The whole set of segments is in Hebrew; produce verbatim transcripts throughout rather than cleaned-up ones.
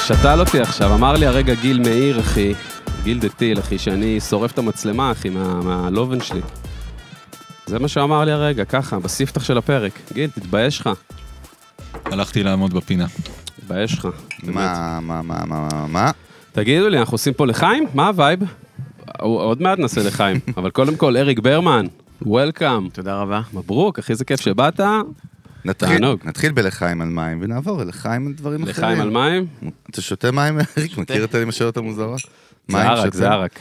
שתל אותי עכשיו, אמר לי הרגע גיל מאיר, אחי, גיל דתיל, אחי, שאני שורף את המצלמה, אחי, מה, מהלובן שלי. זה מה שאמר לי הרגע, ככה, בספתח של הפרק. גיל, תתבייש לך. הלכתי לעמוד בפינה. תתבייש לך. מה, מה, מה, מה, מה? תגידו לי, אנחנו עושים פה לחיים? מה הווייב? עוד מעט נעשה לחיים, אבל קודם כל, אריק ברמן, וולקאם. תודה רבה. מברוק, אחי, זה כיף שבאת. נתחיל, נתחיל בלחיים על מים, ונעבור ללחיים על דברים אחרים. לחיים על מים? אתה שותה מים, אריק? מכיר את המשאלות המוזרות? זה ערק, זה ערק.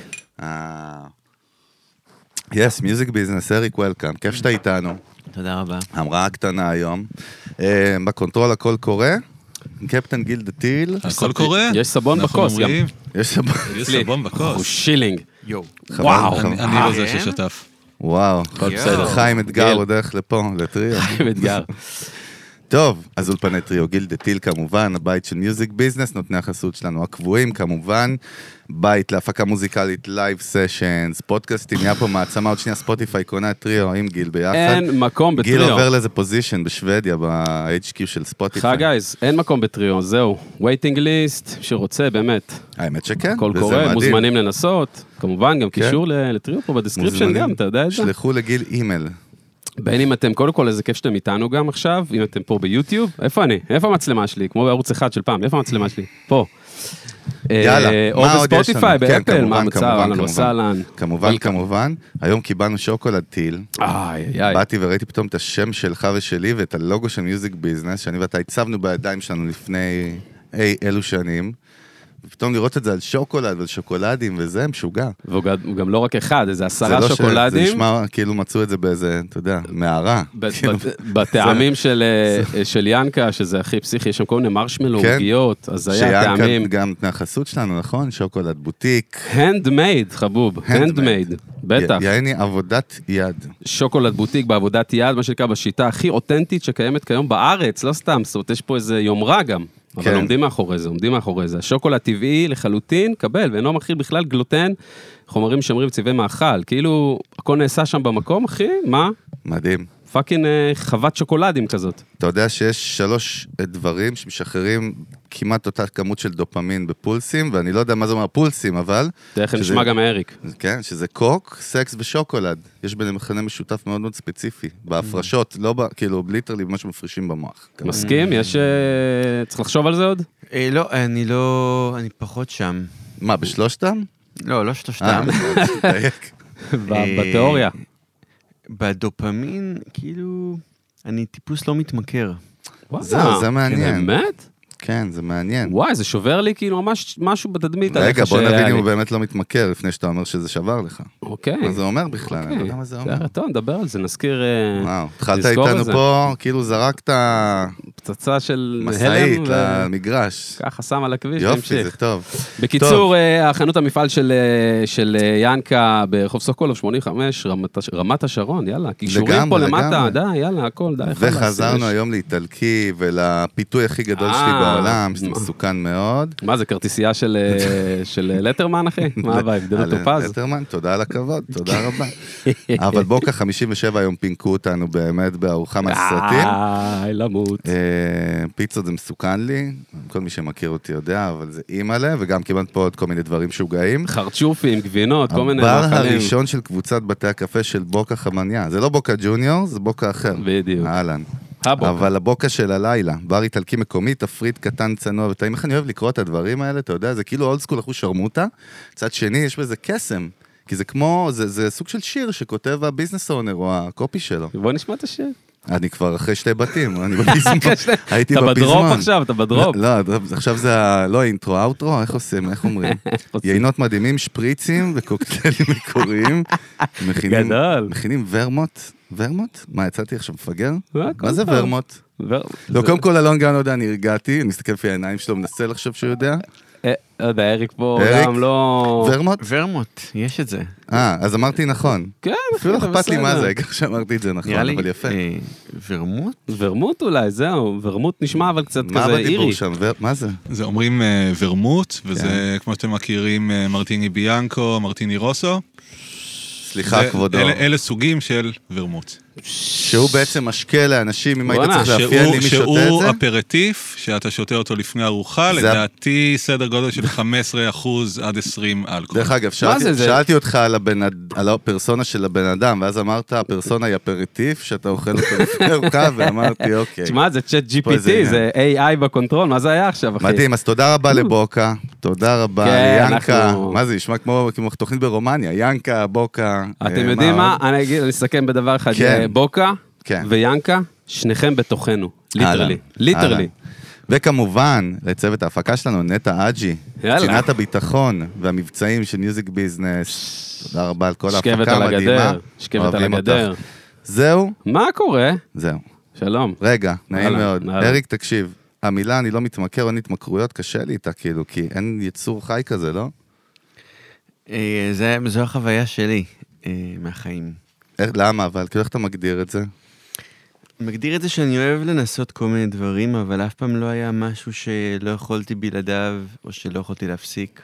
Yes, Music Business, אריק, וולקאם. כיף שאתה איתנו. תודה רבה. המראה הקטנה היום. בקונטרול הכל קורה. קפטן גיל דתיל. הכל קורה? יש סבון בכוס גם. יש סבון. יש סבון בכוס. הוא שילינג. יו. וואו. אני לא זה ששתף. וואו. חיים אתגר בדרך לפה, לטריו. חיים אתגר. טוב, אז אולפני טריו, גיל דתיל כמובן, הבית של מיוזיק ביזנס, נותני החסות שלנו הקבועים כמובן, בית להפקה מוזיקלית, לייב סשנס, פודקאסטים, היה פה מעצמה, עוד שנייה ספוטיפיי, קונה טריו עם גיל ביחד. אין מקום בטריו. גיל עובר לאיזה פוזישן בשוודיה, ב-אייץ' קיו של ספוטיפיי. חי גייז, אין מקום בטריו, זהו. waiting list, שרוצה באמת. האמת שכן, הכל קורה, מוזמנים לנסות, כמובן גם קישור לטריו פה בדסקריפשן גם, אתה יודע את זה? שלחו לגיל אימייל. בין אם אתם, קודם כל, איזה כיף שאתם איתנו גם עכשיו, אם אתם פה ביוטיוב, איפה אני? איפה המצלמה שלי? כמו בערוץ אחד של פעם, איפה המצלמה שלי? פה. יאללה, או בספוטיפיי, באפל, מה המצב? אהלן וסהלן. כמובן, כמובן. היום קיבלנו שוקולד טיל. באתי וראיתי פתאום את השם שלך ושלי, ואת הלוגו של מיוזיק ביזנס, שאני ואתה הצבנו בידיים שלנו לפני אי אלו שנים. ופתאום לראות את זה על שוקולד ועל שוקולדים, וזה משוגע. והוא גם לא רק אחד, איזה עשרה שוקולדים. זה נשמע כאילו מצאו את זה באיזה, אתה יודע, מערה. בטעמים של ינקה, שזה הכי פסיכי, יש שם כל מיני מרשמלו, עוגיות, אז היה טעמים. שיינקה גם מהחסות שלנו, נכון? שוקולד בוטיק. Handmade, חבוב, Handmade, בטח. יעני עבודת יד. שוקולד בוטיק בעבודת יד, מה שנקרא, בשיטה הכי אותנטית שקיימת כיום בארץ, לא סתם, זאת אומרת, יש פה איזה יומרה גם. אבל עומדים מאחורי זה, עומדים מאחורי זה. השוקולד טבעי לחלוטין, קבל, ואינו מכיל בכלל גלוטן, חומרים משמרים צבעי מאכל. כאילו, הכל נעשה שם במקום, אחי, מה? מדהים. פאקינג חוות שוקולדים כזאת. אתה יודע שיש שלוש דברים שמשחררים כמעט אותה כמות של דופמין בפולסים, ואני לא יודע מה זה אומר פולסים, אבל... תכף נשמע גם מאריק. כן, שזה קוק, סקס ושוקולד. יש ביניהם מכנה משותף מאוד מאוד ספציפי. בהפרשות, לא כאילו, ליטרלי, במה שמפרישים במוח. מסכים? יש... צריך לחשוב על זה עוד? לא, אני לא... אני פחות שם. מה, בשלושתם? לא, לא שלושתם. בתיאוריה. בדופמין, כאילו, אני טיפוס לא מתמכר. זהו, זה מעניין. באמת? כן, זה מעניין. וואי, זה שובר לי כאילו ממש משהו בתדמית. רגע, בוא נבין אם הוא באמת לא מתמכר, לפני שאתה אומר שזה שבר לך. אוקיי. מה זה אומר בכלל? אני לא יודע מה זה אומר. טוב, נדבר על זה, נזכיר... וואו, התחלת איתנו פה, כאילו זרקת... פצצה של... מסעית למגרש. ככה, שם על הכביש, יופי, זה טוב. בקיצור, החנות המפעל של ינקה ברחוב סוקולוב שמונים וחמש, רמת השרון, יאללה, קישורים פה למטה, די, יאללה, הכל, די. וחזרנו היום לאיטלקי ולפיתוי הכי גדול שלי בעולם, שזה מסוכן מאוד. מה, זה כרטיסייה של לטרמן, אחי? מה הווייב? דודו טופז? לטרמן, תודה על הכבוד, תודה רבה. אבל בוקה חמישים ושבע היום פינקו אותנו באמת בארוחה מהסרטים. איי, למות. פיצות זה מסוכן לי, כל מי שמכיר אותי יודע, אבל זה אימאלה, וגם קיבלת פה עוד כל מיני דברים שוגעים. חרצ'ופים, גבינות, כל מיני הבר הראשון של קבוצת בתי הקפה של בוקה חמניה. זה לא בוקה ג'וניור, זה בוקה אחר. בדיוק. אהלן. אבל הבוקה של הלילה, בר איטלקי מקומי, תפריט קטן צנוע וטעים. איך אני אוהב לקרוא את הדברים האלה, אתה יודע, זה כאילו אולד סקול, אחו שרמוטה. צד שני, יש בזה קסם. כי זה כמו, זה, זה סוג של שיר שכותב הביזנס אונר או הקופי שלו. בוא נשמע את השיר. אני כבר אחרי שתי בתים, אני בפיזמון. הייתי בפיזמון. אתה בדרופ בפיזמון. עכשיו, אתה בדרופ. לא, לא, עכשיו זה ה... לא האינטרו, האוטרו, איך עושים, איך אומרים? יינות מדהימים, שפריצים וקוקטיילים מקוריים. מכינים, גדול. מכינים ורמוט. ורמוט? מה, יצאתי עכשיו מפגר? מה זה טוב. ורמוט? ור... לא, קודם כל אלון גן, לא יודע, אני הרגעתי, אני מסתכל לפי העיניים שלו, מנסה לחשוב שהוא יודע. לא יודע, אריק פה אריק? גם לא... ורמוט? ורמוט, יש את זה. אה, אז אמרתי נכון. כן, אפילו לא אכפת לי מה זה, כך שאמרתי את זה נכון, נראה לי, אבל יפה. אה, ורמוט? ורמוט אולי, זהו, ורמוט נשמע אבל קצת מה כזה בדיבור אירי. שם? ור- מה זה? זה אומרים אה, ורמוט, וזה כמו שאתם מכירים אה, מרטיני ביאנקו, מרטיני רוסו. סליחה, זה- כבודו. אלה- אלה סוגים של ורמוט. שהוא בעצם משקה לאנשים, אם היית צריך לאפיין לי מי שותה את זה. שהוא אפרטיף, שאתה שותה אותו לפני ארוחה, לדעתי סדר גודל של חמישה עשר אחוז עד עשרים אלכוהול. דרך אגב, שאלתי אותך על הפרסונה של הבן אדם, ואז אמרת, הפרסונה היא אפרטיף, שאתה אוכל אותו לפני ארוחה, ואמרתי, אוקיי. תשמע, זה צ'אט ג'י פי טי, זה איי איי בקונטרול, מה זה היה עכשיו, אחי? מדהים, אז תודה רבה לבוקה, תודה רבה ליאנקה, מה זה, ישמע כמו תוכנית ברומניה, יאנקה, בוקה. אתם יודעים מה? אני אגיד, אני אסכם בדבר אחד, בוקה ויאנקה, שניכם בתוכנו, ליטרלי, ליטרלי. וכמובן, לצוות ההפקה שלנו, נטע אג'י, קצינת הביטחון והמבצעים של מיוזיק ביזנס, תודה רבה על כל ההפקה המדהימה. שקבת על הגדר. זהו? מה קורה? זהו. שלום. רגע, נעים מאוד. אריק, תקשיב, המילה אני לא מתמכר, אין התמכרויות, קשה לי איתה, כאילו, כי אין יצור חי כזה, לא? זו החוויה שלי מהחיים. למה? אבל כאילו איך אתה מגדיר את זה? מגדיר את זה שאני אוהב לנסות כל מיני דברים, אבל אף פעם לא היה משהו שלא יכולתי בלעדיו, או שלא יכולתי להפסיק.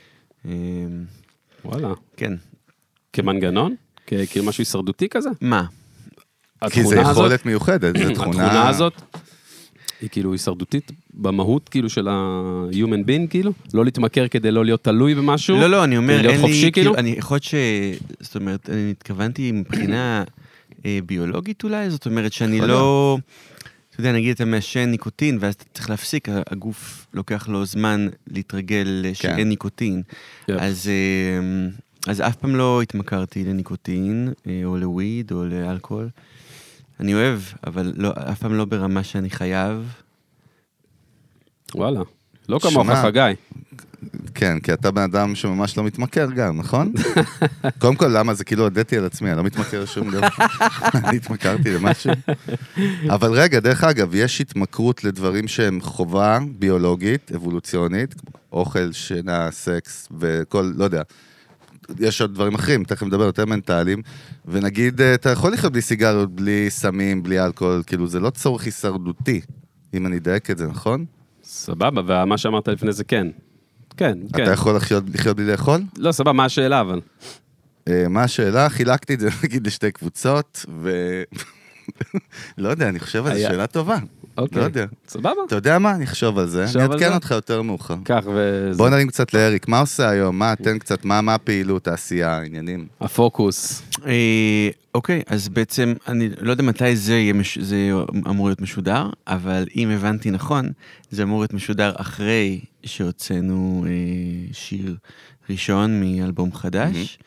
וואלה. כן. כמנגנון? כאילו משהו הישרדותי כזה? מה? כי זה יכולת מיוחדת, זה תכונה... התכונה הזאת היא כאילו הישרדותית במהות כאילו של ה-human being כאילו? לא להתמכר כדי לא להיות תלוי במשהו? לא, לא, אני אומר, אין לי, כאילו, אני יכול ש... זאת אומרת, אני התכוונתי מבחינה ביולוגית אולי, זאת אומרת שאני לא... אתה יודע, נגיד אתה מעשן ניקוטין, ואז אתה צריך להפסיק, הגוף לוקח לו זמן להתרגל שאין ניקוטין. אז... אז אף פעם לא התמכרתי לניקוטין, או לוויד, או לאלכוהול. אני אוהב, אבל לא, אף פעם לא ברמה שאני חייב. וואלה, לא כמוך חגי. כן, כי אתה בן אדם שממש לא מתמכר גם, נכון? קודם כל, למה? זה כאילו הודיתי על עצמי, אני לא מתמכר לשום דבר. אני התמכרתי למשהו. אבל רגע, דרך אגב, יש התמכרות לדברים שהם חובה ביולוגית, אבולוציונית, אוכל, שינה, סקס, וכל, לא יודע. יש עוד דברים אחרים, תכף נדבר יותר מנטליים, ונגיד, אתה יכול לחיות בלי סיגריות, בלי סמים, בלי אלכוהול, כאילו זה לא צורך הישרדותי, אם אני אדייק את זה, נכון? סבבה, ומה שאמרת לפני זה כן. כן, כן. אתה יכול לחיות, לחיות בלי לאכול? לא, סבבה, מה השאלה אבל? מה השאלה? חילקתי את זה, נגיד, לשתי קבוצות, ו... לא יודע, אני חושב על זה, שאלה טובה. אוקיי. לא יודע. סבבה. אתה יודע מה? אני אחשוב על זה. אני אתקן אותך יותר מאוחר. כך וזה. בוא נרים קצת לאריק. מה עושה היום? מה אתן קצת? מה הפעילות, העשייה, העניינים? הפוקוס. אוקיי, אז בעצם, אני לא יודע מתי זה אמור להיות משודר, אבל אם הבנתי נכון, זה אמור להיות משודר אחרי שהוצאנו שיר ראשון מאלבום חדש.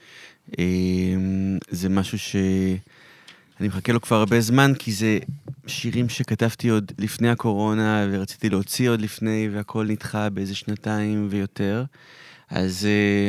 זה משהו ש... אני מחכה לו כבר הרבה זמן, כי זה שירים שכתבתי עוד לפני הקורונה, ורציתי להוציא עוד לפני, והכל נדחה באיזה שנתיים ויותר. אז,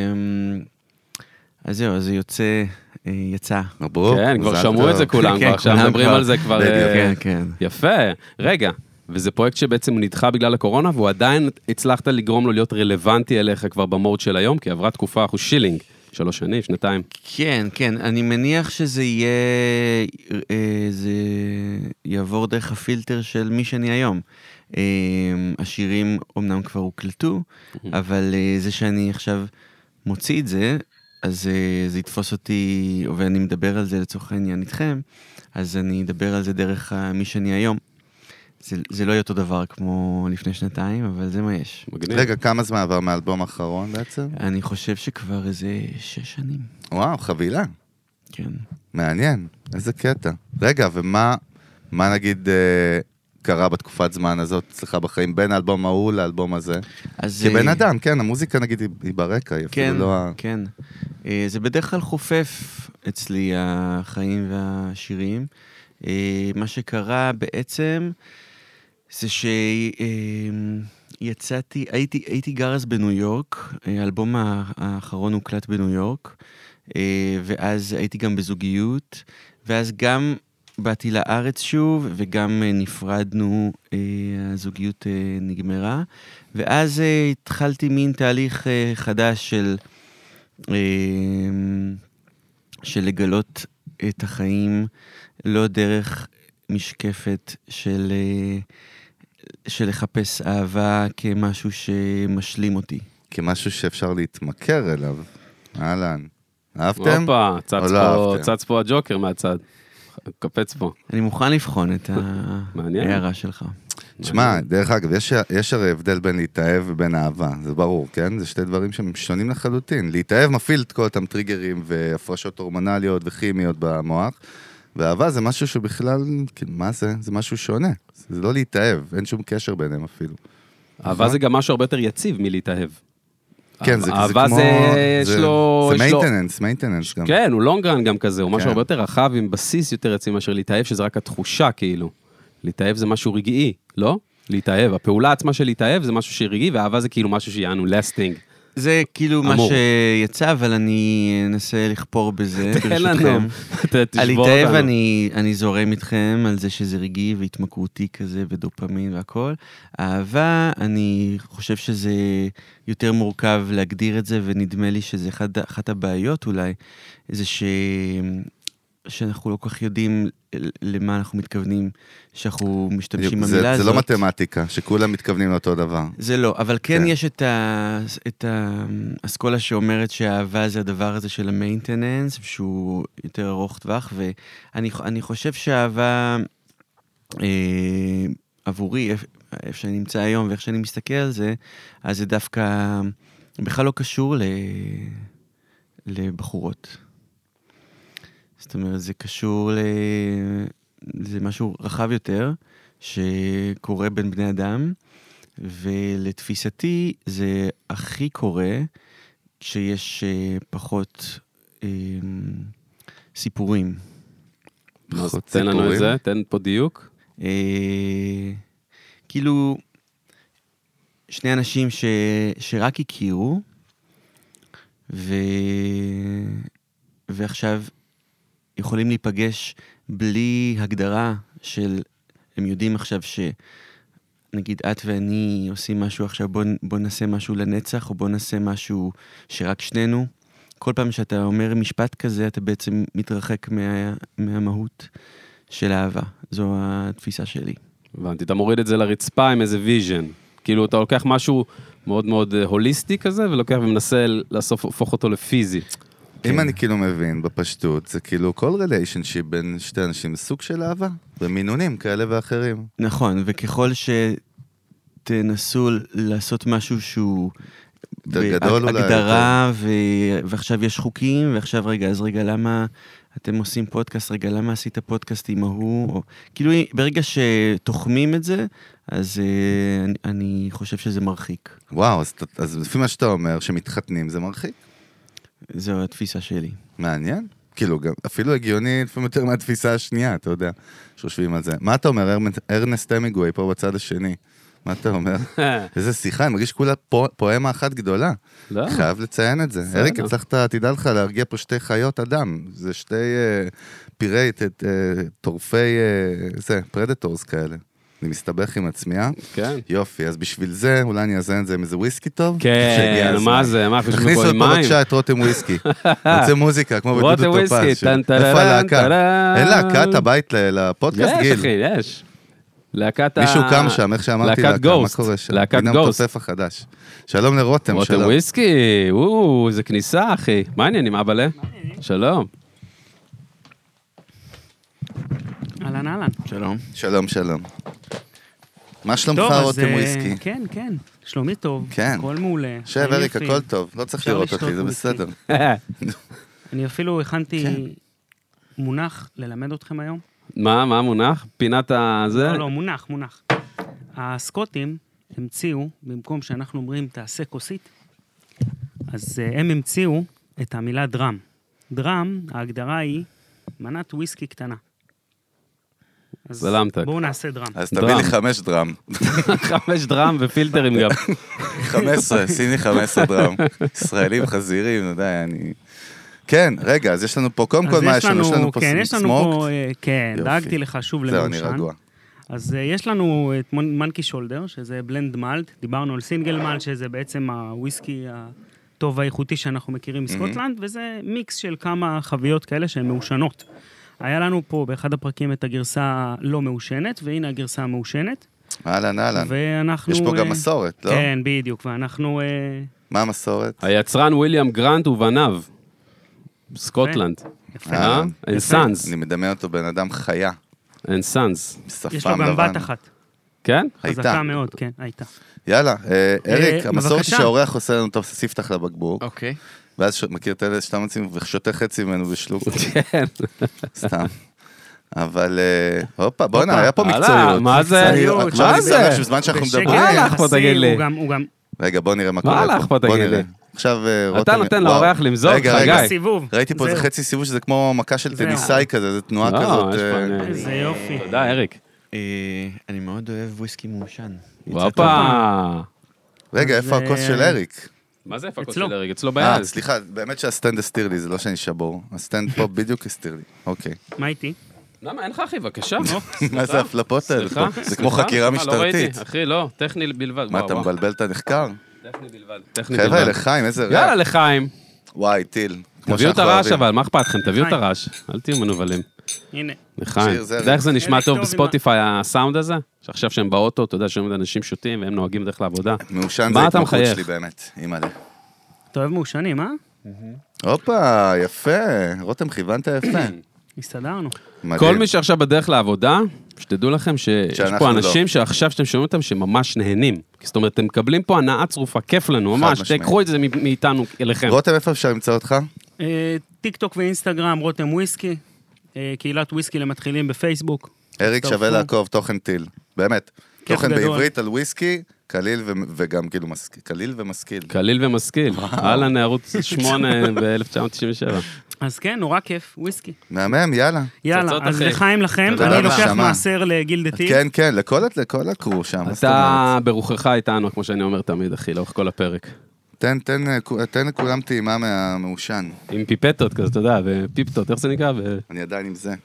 אז זהו, אז זה יוצא, יצא. מברוק. כן, כבר שמעו את זה כולם, כבר עכשיו מדברים על זה כבר. כן, כן. יפה. רגע, וזה פרויקט שבעצם נדחה בגלל הקורונה, והוא עדיין הצלחת לגרום לו להיות רלוונטי אליך כבר במוד של היום, כי עברה תקופה, אחוז שילינג. שלוש שנים, שנתיים. כן, כן, אני מניח שזה יהיה, זה יעבור דרך הפילטר של מי שאני היום. השירים אומנם כבר הוקלטו, אבל זה שאני עכשיו מוציא את זה, אז זה יתפוס אותי, ואני מדבר על זה לצורך העניין איתכם, אז אני אדבר על זה דרך מי שאני היום. זה, זה לא יהיה אותו דבר כמו לפני שנתיים, אבל זה מה יש. מגניב. רגע, כמה זמן עבר מהאלבום האחרון בעצם? אני חושב שכבר איזה שש שנים. וואו, חבילה. כן. מעניין, איזה קטע. רגע, ומה, מה נגיד אה, קרה בתקופת זמן הזאת, אצלך בחיים, בין האלבום ההוא לאלבום הזה? אז... כבן אדם, כן, המוזיקה נגיד היא, היא ברקע, היא כן, אפילו לא... כן. אה, זה בדרך כלל חופף אצלי, החיים והשירים. אה, מה שקרה בעצם... זה שיצאתי, הייתי, הייתי גר אז בניו יורק, האלבום האחרון הוקלט בניו יורק, ואז הייתי גם בזוגיות, ואז גם באתי לארץ שוב, וגם נפרדנו, הזוגיות נגמרה, ואז התחלתי מין תהליך חדש של, של לגלות את החיים, לא דרך משקפת של... של לחפש אהבה כמשהו שמשלים אותי. כמשהו שאפשר להתמכר אליו. אהלן. אהבתם? אופה, צץ פה, צץ פה הג'וקר מהצד. קפץ פה. אני מוכן לבחון את ההערה שלך. תשמע, דרך אגב, יש הרי הבדל בין להתאהב ובין אהבה, זה ברור, כן? זה שתי דברים שהם שונים לחלוטין. להתאהב מפעיל את כל אותם טריגרים והפרשות הורמונליות וכימיות במוח, ואהבה זה משהו שבכלל, מה זה? זה משהו שונה. זה לא להתאהב, אין שום קשר ביניהם אפילו. אהבה זה גם משהו הרבה יותר יציב מלהתאהב. כן, זה כמו... אהבה זה יש לו... זה מיינטננס, מיינטננס גם. כן, הוא לונגרן גם כזה, הוא משהו הרבה יותר רחב עם בסיס יותר יציב מאשר להתאהב, שזה רק התחושה כאילו. להתאהב זה משהו רגעי, לא? להתאהב, הפעולה עצמה של להתאהב זה משהו שרגעי, ואהבה זה כאילו משהו שיענו לסטינג. זה כאילו מה שיצא, אבל אני אנסה לכפור בזה, ברשותכם. על להתאהב אני זורם איתכם, על זה שזה רגעי והתמכרותי כזה, ודופמין והכל. אהבה, אני חושב שזה יותר מורכב להגדיר את זה, ונדמה לי שזה אחת הבעיות אולי, זה ש... שאנחנו לא כל כך יודעים למה אנחנו מתכוונים, שאנחנו משתמשים במילה הזאת. זה לא מתמטיקה, שכולם מתכוונים לאותו דבר. זה לא, אבל כן יש את האסכולה שאומרת שהאהבה זה הדבר הזה של המיינטננס, שהוא יותר ארוך טווח, ואני חושב שהאהבה עבורי, איפה שאני נמצא היום ואיך שאני מסתכל על זה, אז זה דווקא בכלל לא קשור לבחורות. זאת אומרת, זה קשור ל... זה משהו רחב יותר, שקורה בין בני אדם, ולתפיסתי זה הכי קורה, כשיש פחות אה, סיפורים. פחות תן סיפורים. לנו את זה, תן פה דיוק. אה, כאילו, שני אנשים ש... שרק הכירו, ו... ועכשיו... יכולים להיפגש בלי הגדרה של, הם יודעים עכשיו שנגיד את ואני עושים משהו עכשיו, בוא, בוא נעשה משהו לנצח, או בוא נעשה משהו שרק שנינו. כל פעם שאתה אומר משפט כזה, אתה בעצם מתרחק מה, מהמהות של האהבה. זו התפיסה שלי. הבנתי, אתה מוריד את זה לרצפה עם איזה ויז'ן. כאילו אתה לוקח משהו מאוד מאוד הוליסטי כזה, ולוקח ומנסה לסוף, הופך אותו לפיזי. אם אני כאילו מבין, בפשטות, זה כאילו כל ריליישנשיפ בין שתי אנשים, סוג של אהבה, במינונים כאלה ואחרים. נכון, וככל שתנסו לעשות משהו שהוא בהגדרה, ועכשיו יש חוקים, ועכשיו רגע, אז רגע, למה אתם עושים פודקאסט, רגע, למה עשית פודקאסט עם ההוא? כאילו, ברגע שתוחמים את זה, אז אני חושב שזה מרחיק. וואו, אז לפי מה שאתה אומר, שמתחתנים זה מרחיק? זו התפיסה שלי. מעניין? כאילו, גם, אפילו הגיוני, לפעמים יותר מהתפיסה השנייה, אתה יודע, שחושבים על זה. מה אתה אומר, ארנסט המינגווי, פה בצד השני? מה אתה אומר? איזה שיחה, אני מרגיש כולה פואמה אחת גדולה. לא. חייב לציין את זה. אריק, הצלחת, תדע לך, להרגיע פה שתי חיות אדם. זה שתי פירי, טורפי, זה, פרדטורס כאלה. אני מסתבך עם עצמיה. כן. יופי, אז בשביל זה, אולי אני אזן את זה עם איזה וויסקי טוב? כן, מה זה? מה, אפילו תכניס אותו בבקשה את רותם וויסקי. רוצה מוזיקה, כמו בדודו טופז. רותם וויסקי, טן טן איפה הלהקה? אין להקת הבית לפודקאסט, גיל. יש, אחי, יש. להקת ה... מישהו קם שם, איך שאמרתי להקה, מה קורה שם? להקת גוסט. תוסף החדש. שלום לרותם, רותם שלום. וויסקי, וואו, זה כניסה, אחי. מה העניינים, אבאלה? שלום. אהלן, אהלן. שלום. שלום, שלום. מה שלומך, רותם וויסקי? כן, כן, שלומי טוב, כן. הכל מעולה. שב, אריק, הכל טוב, לא צריך לראות אותי, זה בסדר. אני אפילו הכנתי מונח ללמד אתכם היום. מה, מה מונח? פינת הזה? לא, לא, מונח, מונח. הסקוטים המציאו, במקום שאנחנו אומרים תעשה כוסית, אז הם המציאו את המילה דרם. דרם, ההגדרה היא מנת וויסקי קטנה. אז בואו נעשה דרם. אז תביא לי חמש דרם. חמש דרם ופילטרים גם. חמש עשרה, שימי חמש עשרה דרם. ישראלים חזירים, נו די, אני... כן, רגע, אז יש לנו פה, קודם כל מה יש לנו? יש לנו פה סמוק? כן, דאגתי לך שוב למושן. זהו, אני רגוע. אז יש לנו את מנקי שולדר, שזה בלנד מלט, דיברנו על סינגל מלט, שזה בעצם הוויסקי הטוב והאיכותי שאנחנו מכירים מסקוטלנד, וזה מיקס של כמה חביות כאלה שהן מאושנות. היה לנו פה באחד הפרקים את הגרסה לא מאושנת, והנה הגרסה המאושנת. אהלן, אהלן. ואנחנו... יש פה גם מסורת, לא? כן, בדיוק, ואנחנו... מה המסורת? היצרן וויליאם גרנט ובניו, סקוטלנד. יפה. אין סאנס. אני מדמיין אותו בן אדם חיה. אין סאנס. יש לו גם בת אחת. כן? חזקה מאוד, כן, הייתה. יאללה, אריק, המסורת שהאורח עושה לנו טוב ספתח לבקבוק. אוקיי. ואז מכיר את אלה שאתה מציעים ושותה חצי ממנו בשלוק. כן. סתם. אבל, הופה, בוא'נה, היה פה מקצועיות. מה זה? מה זה? בזמן שאנחנו מדברים. מה הלך פה, תגיד לי? רגע, בוא נראה מה קורה פה. מה הלך פה, תגיד לי? עכשיו רותם... אתה נותן לאורח למזוג, רגע, רגע, ראיתי פה איזה חצי סיבוב שזה כמו מכה של טניסאי כזה, זו תנועה כזאת. איזה יופי. תודה, אריק. אני מאוד אוהב וויסקי מעושן. וואפה. רגע, איפה הכוס של אריק? מה זה איפה הכוס של אריק? אצלו ביד. אה, סליחה, באמת שהסטנד הסתיר לי, זה לא שאני שבור. הסטנד פה בדיוק הסתיר לי. אוקיי. מה איתי? למה? אין לך אחי, בבקשה. מה זה הפלפות האלה פה? זה כמו חקירה משטרתית. אחי, לא, טכני בלבד. מה, אתה מבלבל את הנחקר? טכני בלבד. חבר'ה, לחיים, איזה רע. יאללה, לחיים. וואי, טיל. תביאו את הרעש אבל, מה אכפת לכם? תביאו את הרעש. אל תהיו מנובלים. הנה. לחיים. אתה יודע איך זה נשמע טוב בספוטיפיי, הסאונד הזה? שעכשיו שהם באוטו, אתה יודע שהם אנשים שותים והם נוהגים דרך לעבודה. מעושן זה התמחות שלי באמת, אימא'לה. אתה אוהב מעושנים, אה? הופה, יפה. רותם, כיוונת יפה. הסתדרנו. כל מי שעכשיו בדרך לעבודה, שתדעו לכם שיש פה אנשים שעכשיו שאתם שומעים אותם שממש נהנים. זאת אומרת, אתם מקבלים פה הנאה צרופה, כיף לנו, ממש, תקחו את זה מאיתנו אליכם. רותם, איפה אפשר למצוא אותך? טיק טוק ואינסטגרם, רותם וויסקי, קהילת וויסקי למתחילים בפייסבוק. אריק שווה לעקוב, תוכן טיל, באמת. תוכן בעברית על וויסקי, קליל וגם כאילו קליל ומשכיל. קליל ומשכיל, אהלן ערוץ שמונה ב-אלף תשע מאות תשעים ושבע. אז כן, נורא כיף, וויסקי. מהמם, יאללה. יאללה, אז לחיים לכם, אני לוקח מעשר לגילדתי. כן, כן, לכל הקרו שם. אתה ברוחך איתנו, כמו שאני אומר תמיד, אחי, לאורך כל הפרק. תן, תן, תן לכולם טעימה מהמעושן. עם פיפטות כזה, אתה יודע, ופיפטות, איך זה נקרא? אני עדיין עם זה.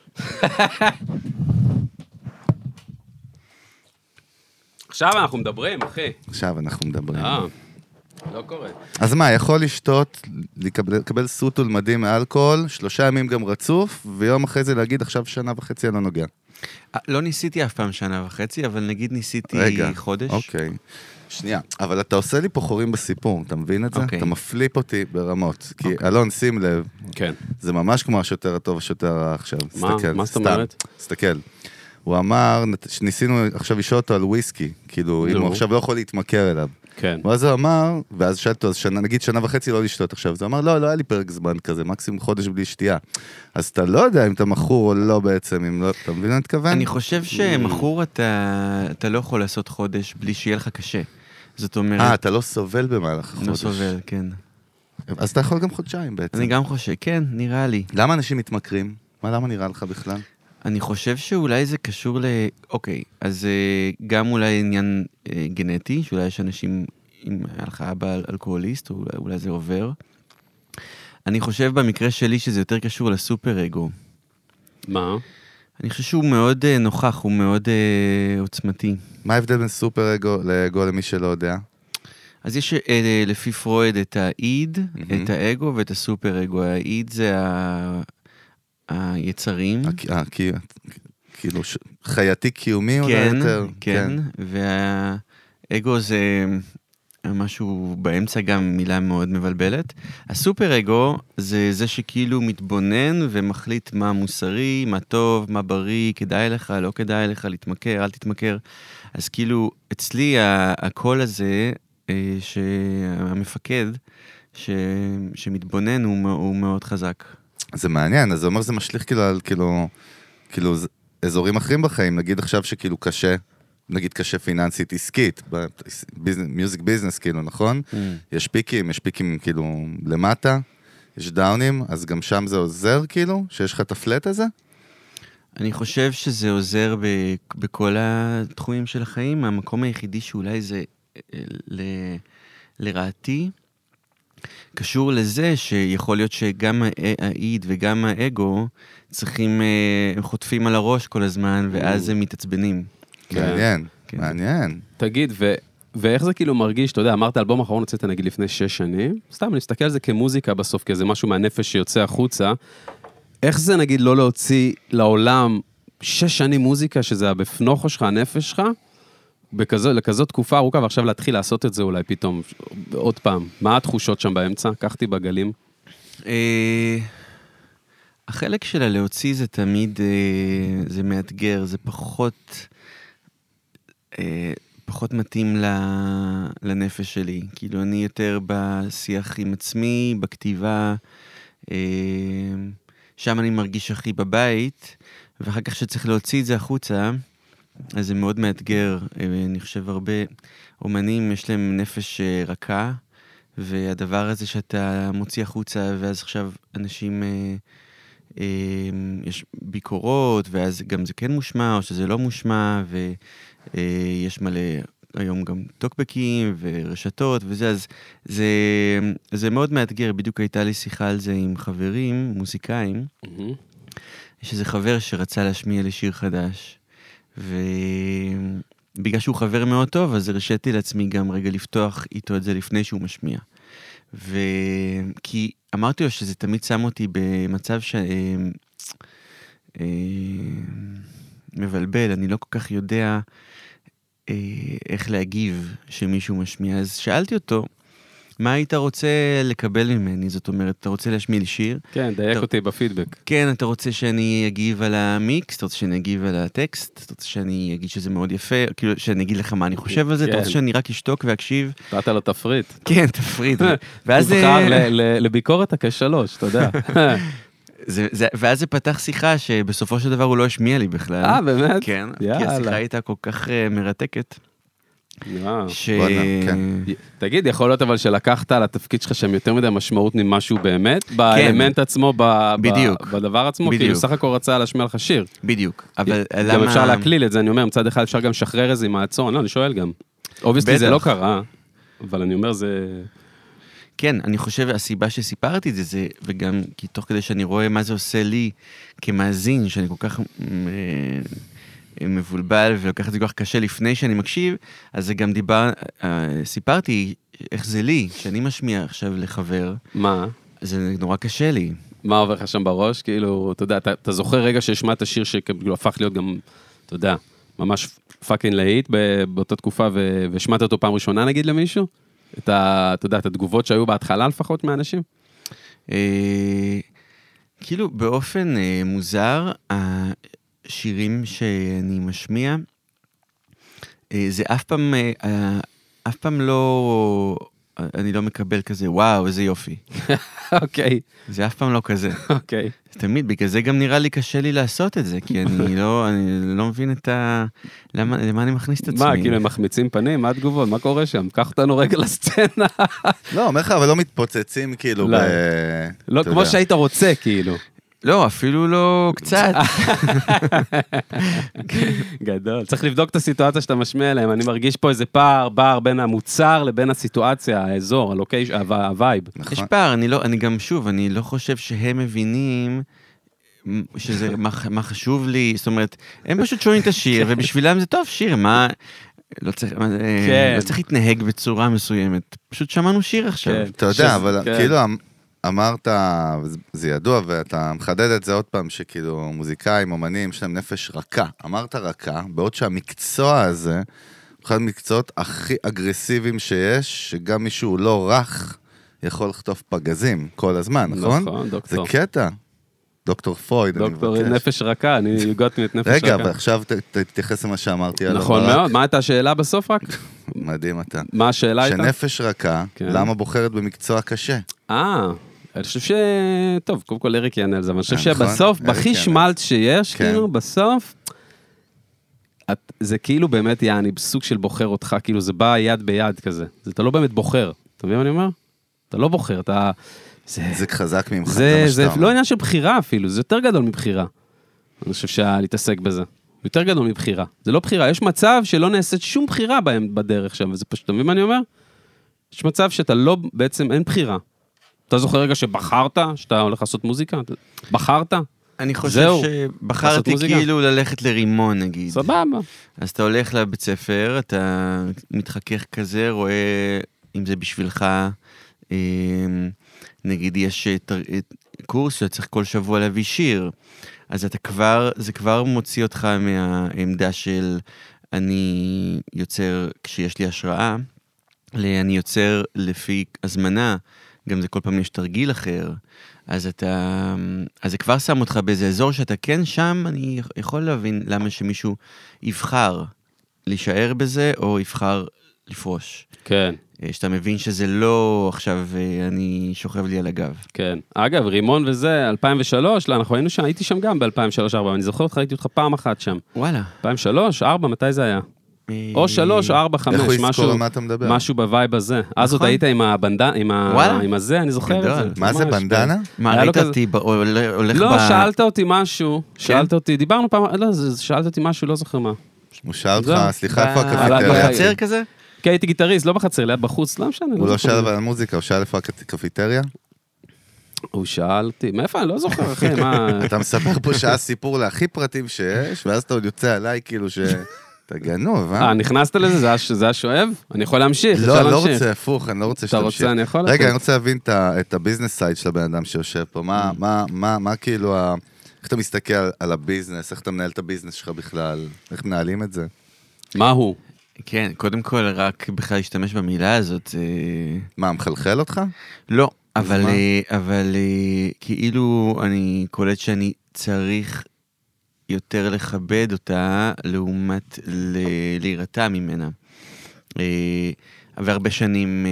עכשיו אנחנו מדברים, אחי. עכשיו אנחנו מדברים. אה, לא קורה. אז מה, יכול לשתות, לקבל סוטול מדהים מאלכוהול, שלושה ימים גם רצוף, ויום אחרי זה להגיד, עכשיו שנה וחצי אני לא נוגע. לא ניסיתי אף פעם שנה וחצי, אבל נגיד ניסיתי חודש. אוקיי. שנייה, אבל אתה עושה לי פה חורים בסיפור, אתה מבין את זה? אתה מפליפ אותי ברמות. כי אלון, שים לב, זה ממש כמו השוטר הטוב, השוטר הרע עכשיו. מה? מה זאת אומרת? תסתכל. הוא אמר, שניסינו עכשיו לשאול אותו על וויסקי, כאילו, אם הוא עכשיו לא יכול להתמכר אליו. כן. ואז הוא אמר, ואז שאלתו, אז נגיד שנה וחצי לא לשתות עכשיו, אז הוא אמר, לא, לא היה לי פרק זמן כזה, מקסימום חודש בלי שתייה. אז אתה לא יודע אם אתה מכור או לא בעצם, אם לא, אתה מבין מה מתכוון? אני חושב שמכור אתה לא יכול לעשות חודש בלי שיהיה לך קשה. זאת אומרת... אה, אתה לא סובל במהלך החודש. לא סובל, כן. אז אתה יכול גם חודשיים בעצם. אני גם חושב, כן, נראה לי. למה אנשים מתמכרים? מה, למה נראה לך בכלל? אני חושב שאולי זה קשור ל... אוקיי, אז גם אולי עניין גנטי, שאולי יש אנשים, אם היה לך אבא אלכוהוליסט, או אולי, אולי זה עובר. אני חושב במקרה שלי שזה יותר קשור לסופר אגו. מה? אני חושב שהוא מאוד נוכח, הוא מאוד עוצמתי. מה ההבדל בין סופר אגו לאגו למי שלא יודע? אז יש לפי פרויד את האיד, את האגו ואת הסופר אגו. האיד זה ה... היצרים. כאילו חייתי קיומי אולי יותר. כן, והאגו זה משהו באמצע גם מילה מאוד מבלבלת. הסופר אגו זה זה שכאילו מתבונן ומחליט מה מוסרי, מה טוב, מה בריא, כדאי לך, לא כדאי לך להתמכר, אל תתמכר. אז כאילו אצלי הקול הזה שהמפקד שמתבונן הוא מאוד חזק. זה מעניין, אז זה אומר שזה משליך כאילו על כאילו, כאילו אזורים אחרים בחיים, נגיד עכשיו שכאילו קשה, נגיד קשה פיננסית עסקית, מיוזיק ביזנס כאילו, נכון? Mm. יש פיקים, יש פיקים כאילו למטה, יש דאונים, אז גם שם זה עוזר כאילו, שיש לך את הפלט הזה? אני חושב שזה עוזר ב- בכל התחומים של החיים, המקום היחידי שאולי זה ל- לרעתי, קשור לזה שיכול להיות שגם האיד וגם האגו צריכים, הם חוטפים על הראש כל הזמן, ואז הם מתעצבנים. מעניין, מעניין. תגיד, ואיך זה כאילו מרגיש, אתה יודע, אמרת אלבום האחרון הוצאת נגיד לפני שש שנים, סתם, אני מסתכל על זה כמוזיקה בסוף, כי זה משהו מהנפש שיוצא החוצה, איך זה נגיד לא להוציא לעולם שש שנים מוזיקה, שזה בפנוכו שלך, הנפש שלך, בכזו, לכזאת תקופה ארוכה, ועכשיו להתחיל לעשות את זה אולי פתאום, עוד פעם. מה התחושות שם באמצע? קחתי בגלים. החלק שלה להוציא זה תמיד, זה מאתגר, זה פחות, פחות מתאים לנפש שלי. כאילו אני יותר בשיח עם עצמי, בכתיבה, שם אני מרגיש הכי בבית, ואחר כך שצריך להוציא את זה החוצה, אז זה מאוד מאתגר. אני חושב הרבה אומנים יש להם נפש רכה, והדבר הזה שאתה מוציא החוצה, ואז עכשיו אנשים, אה, אה, יש ביקורות, ואז גם זה כן מושמע, או שזה לא מושמע, ויש מלא היום גם טוקבקים ורשתות וזה, אז זה, זה מאוד מאתגר. בדיוק הייתה לי שיחה על זה עם חברים, מוזיקאים, mm-hmm. יש איזה חבר שרצה להשמיע לי שיר חדש, ובגלל שהוא חבר מאוד טוב, אז הרשיתי לעצמי גם רגע לפתוח איתו את זה לפני שהוא משמיע. וכי אמרתי לו שזה תמיד שם אותי במצב ש... מבלבל, אני לא כל כך יודע איך להגיב שמישהו משמיע. אז שאלתי אותו, מה היית רוצה לקבל ממני? זאת אומרת, אתה רוצה להשמיע לי שיר? כן, דייק אותי בפידבק. כן, אתה רוצה שאני אגיב על המיקס? אתה רוצה שאני אגיב על הטקסט? אתה רוצה שאני אגיד שזה מאוד יפה? כאילו, שאני אגיד לך מה אני חושב על זה? אתה רוצה שאני רק אשתוק ואקשיב? נתת לו תפריט. כן, תפריט. תבחר לביקורת הכשלוש, אתה יודע. ואז זה פתח שיחה שבסופו של דבר הוא לא השמיע לי בכלל. אה, באמת? כן, כי השיחה הייתה כל כך מרתקת. ש... כן. תגיד, יכול להיות אבל שלקחת על התפקיד שלך שם יותר מדי משמעות ממשהו באמת, באלמנט עצמו, בדיוק. בדבר עצמו, כאילו סך הכל רצה להשמיע לך שיר. בדיוק. גם אפשר להקליל את זה, אני אומר, מצד אחד אפשר גם לשחרר איזה מעצון, לא, אני שואל גם. אובייסטי זה לא קרה, אבל אני אומר זה... כן, אני חושב, הסיבה שסיפרתי את זה, זה, וגם כי תוך כדי שאני רואה מה זה עושה לי כמאזין, שאני כל כך... מבולבל ולוקח את זה כל כך קשה לפני שאני מקשיב, אז זה גם דיבר, סיפרתי איך זה לי, שאני משמיע עכשיו לחבר. מה? זה נורא קשה לי. מה עובר לך שם בראש? כאילו, אתה יודע, אתה, אתה זוכר רגע שהשמעת השיר שכאילו הפך להיות גם, אתה יודע, ממש פאקינג להיט באותה תקופה, והשמעת אותו פעם ראשונה נגיד למישהו? את ה, אתה יודע, את התגובות שהיו בהתחלה לפחות מאנשים? כאילו, באופן מוזר, שירים שאני משמיע, זה אף פעם, אף פעם לא, אני לא מקבל כזה, וואו, איזה יופי. אוקיי. זה אף פעם לא כזה. אוקיי. תמיד, בגלל זה גם נראה לי קשה לי לעשות את זה, כי אני לא, אני לא מבין את ה... למה, למה אני מכניס את עצמי? מה, כאילו הם מחמיצים פנים? מה התגובות? מה קורה שם? קח אותנו רגע לסצנה. לא, אומר לך, אבל לא מתפוצצים כאילו ב... לא, כמו שהיית רוצה, כאילו. לא, אפילו לא קצת. גדול. צריך לבדוק את הסיטואציה שאתה משמיע אליהם. אני מרגיש פה איזה פער, פער בין המוצר לבין הסיטואציה, האזור, הלוקיישן, הווייב. יש פער, אני לא, אני גם שוב, אני לא חושב שהם מבינים שזה, מה חשוב לי, זאת אומרת, הם פשוט שומעים את השיר, ובשבילם זה טוב, שיר, מה... לא צריך, לא צריך להתנהג בצורה מסוימת. פשוט שמענו שיר עכשיו. אתה יודע, אבל כאילו... אמרת, זה ידוע, ואתה מחדד את זה עוד פעם, שכאילו מוזיקאים, אומנים, יש להם נפש רכה. אמרת רכה, בעוד שהמקצוע הזה, אחד המקצועות הכי אגרסיביים שיש, שגם מישהו לא רך, יכול לכתוב פגזים כל הזמן, נכון? נכון, דוקטור. זה קטע. דוקטור פרויד, אני מבקש. דוקטור נפש רכה, אני הגעתי את נפש רכה. רגע, ועכשיו תתייחס למה שאמרתי על נכון מאוד, מה הייתה השאלה בסוף רק? מדהים אתה. מה השאלה הייתה? שנפש רכה, למה בוחרת במקצוע קשה? אה, אני חושב ש... טוב, קודם כל אריק יענה על זה, אבל אני חושב שבסוף, בכי שמלט שיש, כאילו, בסוף, זה כאילו באמת יעני בסוג של בוחר אותך, כאילו זה בא יד ביד כזה. אתה לא באמת בוחר, אתה מבין מה אני אומר? אתה לא בוחר, אתה... זה חזק ממך, זה מה שאתה אומר. זה לא עניין של בחירה אפילו, זה יותר גדול מבחירה. אני חושב שלהתעסק בזה. יותר גדול מבחירה. זה לא בחירה, יש מצב שלא נעשית שום בחירה בהם בדרך שם, וזה פשוט, אתה מבין מה אני אומר? יש מצב שאתה לא, בעצם אין בחירה. אתה זוכר רגע שבחרת, שאתה הולך לעשות מוזיקה? בחרת? אני חושב שבחרתי כאילו ללכת לרימון, נגיד. סבבה. אז אתה הולך לבית ספר, אתה מתחכך כזה, רואה אם זה בשבילך, נגיד יש קורס שצריך כל שבוע להביא שיר, אז אתה כבר, זה כבר מוציא אותך מהעמדה של אני יוצר כשיש לי השראה, אני יוצר לפי הזמנה, גם זה כל פעם יש תרגיל אחר, אז אתה, אז זה כבר שם אותך באיזה אזור שאתה כן שם, אני יכול להבין למה שמישהו יבחר להישאר בזה, או יבחר לפרוש. כן. שאתה מבין שזה לא עכשיו אני שוכב לי על הגב. כן. אגב, רימון וזה, אלפיים ושלוש, לא, אנחנו היינו שם, הייתי שם גם ב-אלפיים ושלוש ארבע, אני זוכר אותך, הייתי אותך פעם אחת שם. וואלה. אלפיים ושלוש ארבע, מתי זה היה? או שלוש, או ארבע, חמש, משהו, משהו בווייב הזה. אז עוד היית עם הבנדנה, עם הזה, אני זוכר את זה. מה זה, בנדנה? מה, ראית אותי הולך ב... לא, שאלת אותי משהו, שאלת אותי, דיברנו פעם, לא, שאלת אותי משהו, לא זוכר מה. הוא שאל אותך, סליחה, איפה הקפיטריה? בחצר כזה? כי הייתי גיטריסט, לא בחצר, ליד בחוץ, לא משנה. הוא לא שאל על המוזיקה, הוא שאל איפה הקפיטריה? הוא שאל אותי, מאיפה, אני לא זוכר, אחי, מה... אתה מספר פה שעה סיפור להכי פרטים שיש, ואז אתה עוד יוצא עליי, כאילו ש... אתה גנוב, אה? אה, נכנסת לזה? זה השואב? אני יכול להמשיך, לא, אני לא רוצה, הפוך, אני לא רוצה שתמשיך. אתה רוצה, אני יכול? רגע, אני רוצה להבין את הביזנס סייד של הבן אדם שיושב פה. מה כאילו, איך אתה מסתכל על הביזנס, איך אתה מנהל את הביזנס שלך בכלל, איך מנהלים את זה? מה הוא? כן, קודם כל, רק בכלל להשתמש במילה הזאת. מה, מחלחל אותך? לא, אבל אבל כאילו אני קולט שאני צריך יותר לכבד אותה, לעומת להירתע ממנה. והרבה שנים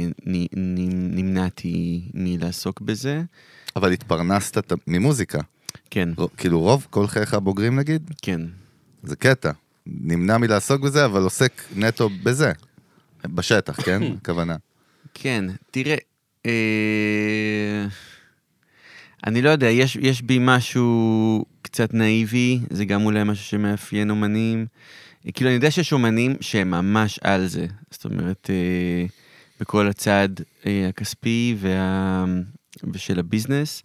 נמנעתי מלעסוק בזה. אבל התפרנסת ממוזיקה. כן. כאילו רוב כל חייך הבוגרים נגיד? כן. זה קטע. נמנע מלעסוק בזה, אבל עוסק נטו בזה. בשטח, כן? הכוונה. כן, תראה, אני לא יודע, יש, יש בי משהו קצת נאיבי, זה גם אולי משהו שמאפיין אומנים. כאילו, אני יודע שיש אומנים שהם ממש על זה. זאת אומרת, בכל הצד הכספי וה... ושל הביזנס.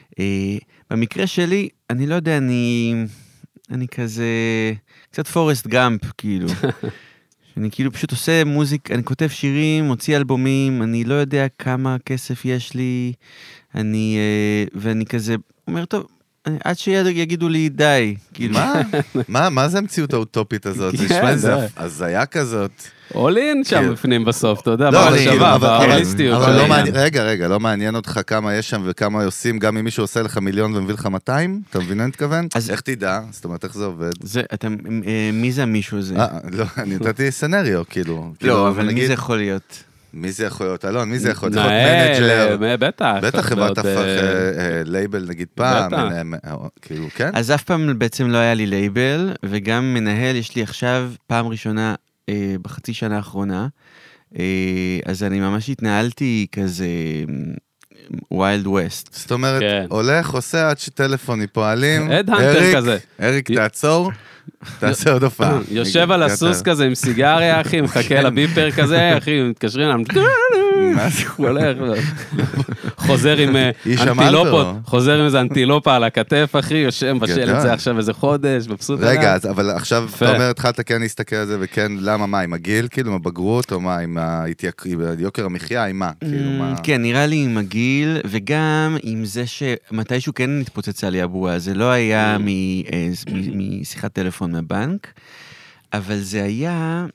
במקרה שלי, אני לא יודע, אני... אני כזה... קצת פורסט גאמפ, כאילו. אני כאילו פשוט עושה מוזיק, אני כותב שירים, מוציא אלבומים, אני לא יודע כמה כסף יש לי, אני... ואני כזה אומר, טוב, עד שיגידו לי די, כאילו. מה? מה? מה זה המציאות האוטופית הזאת? זה נשמע איזה הזיה כזאת. אולין שם בפנים בסוף, אתה יודע, בהוליסטיות. רגע, רגע, לא מעניין אותך כמה יש שם וכמה עושים, גם אם מישהו עושה לך מיליון ומביא לך מאתיים? אתה מבין אני מתכוון? איך תדע? זאת אומרת, איך זה עובד? מי זה המישהו הזה? לא, אני נתתי סנריו, כאילו. לא, אבל מי זה יכול להיות? מי זה יכול להיות? אלון, מי זה יכול להיות? מנג'ר. בטח. בטח חברת הפך לייבל נגיד פעם. כאילו, כן? אז אף פעם בעצם לא היה לי לייבל, וגם מנהל יש לי עכשיו פעם ראשונה בחצי שנה האחרונה, אז אני ממש התנהלתי כזה ווילד ווסט. זאת אומרת, הולך, עושה עד שטלפונים פועלים. אד-הנטר כזה. אריק, תעצור. תעשה עוד הופעה. יושב על הסוס כזה עם סיגריה, אחי, מחכה לביפר כזה, אחי, מתקשרים להם, הוא הולך, חוזר עם אנטילופות, חוזר עם איזה אנטילופה על הכתף, אחי, יושב בשל את זה עכשיו איזה חודש, מבסוט. רגע, אבל עכשיו אתה אומר, התחלת כן להסתכל על זה, וכן, למה, מה, עם הגיל, כאילו, עם הבגרות, או מה, עם יוקר המחיה, עם מה, כאילו, מה? כן, נראה לי עם הגיל, וגם עם זה שמתישהו כן נתפוצצה לי הבועה, זה לא היה משיחת טלפון מהבנק, אבל זה היה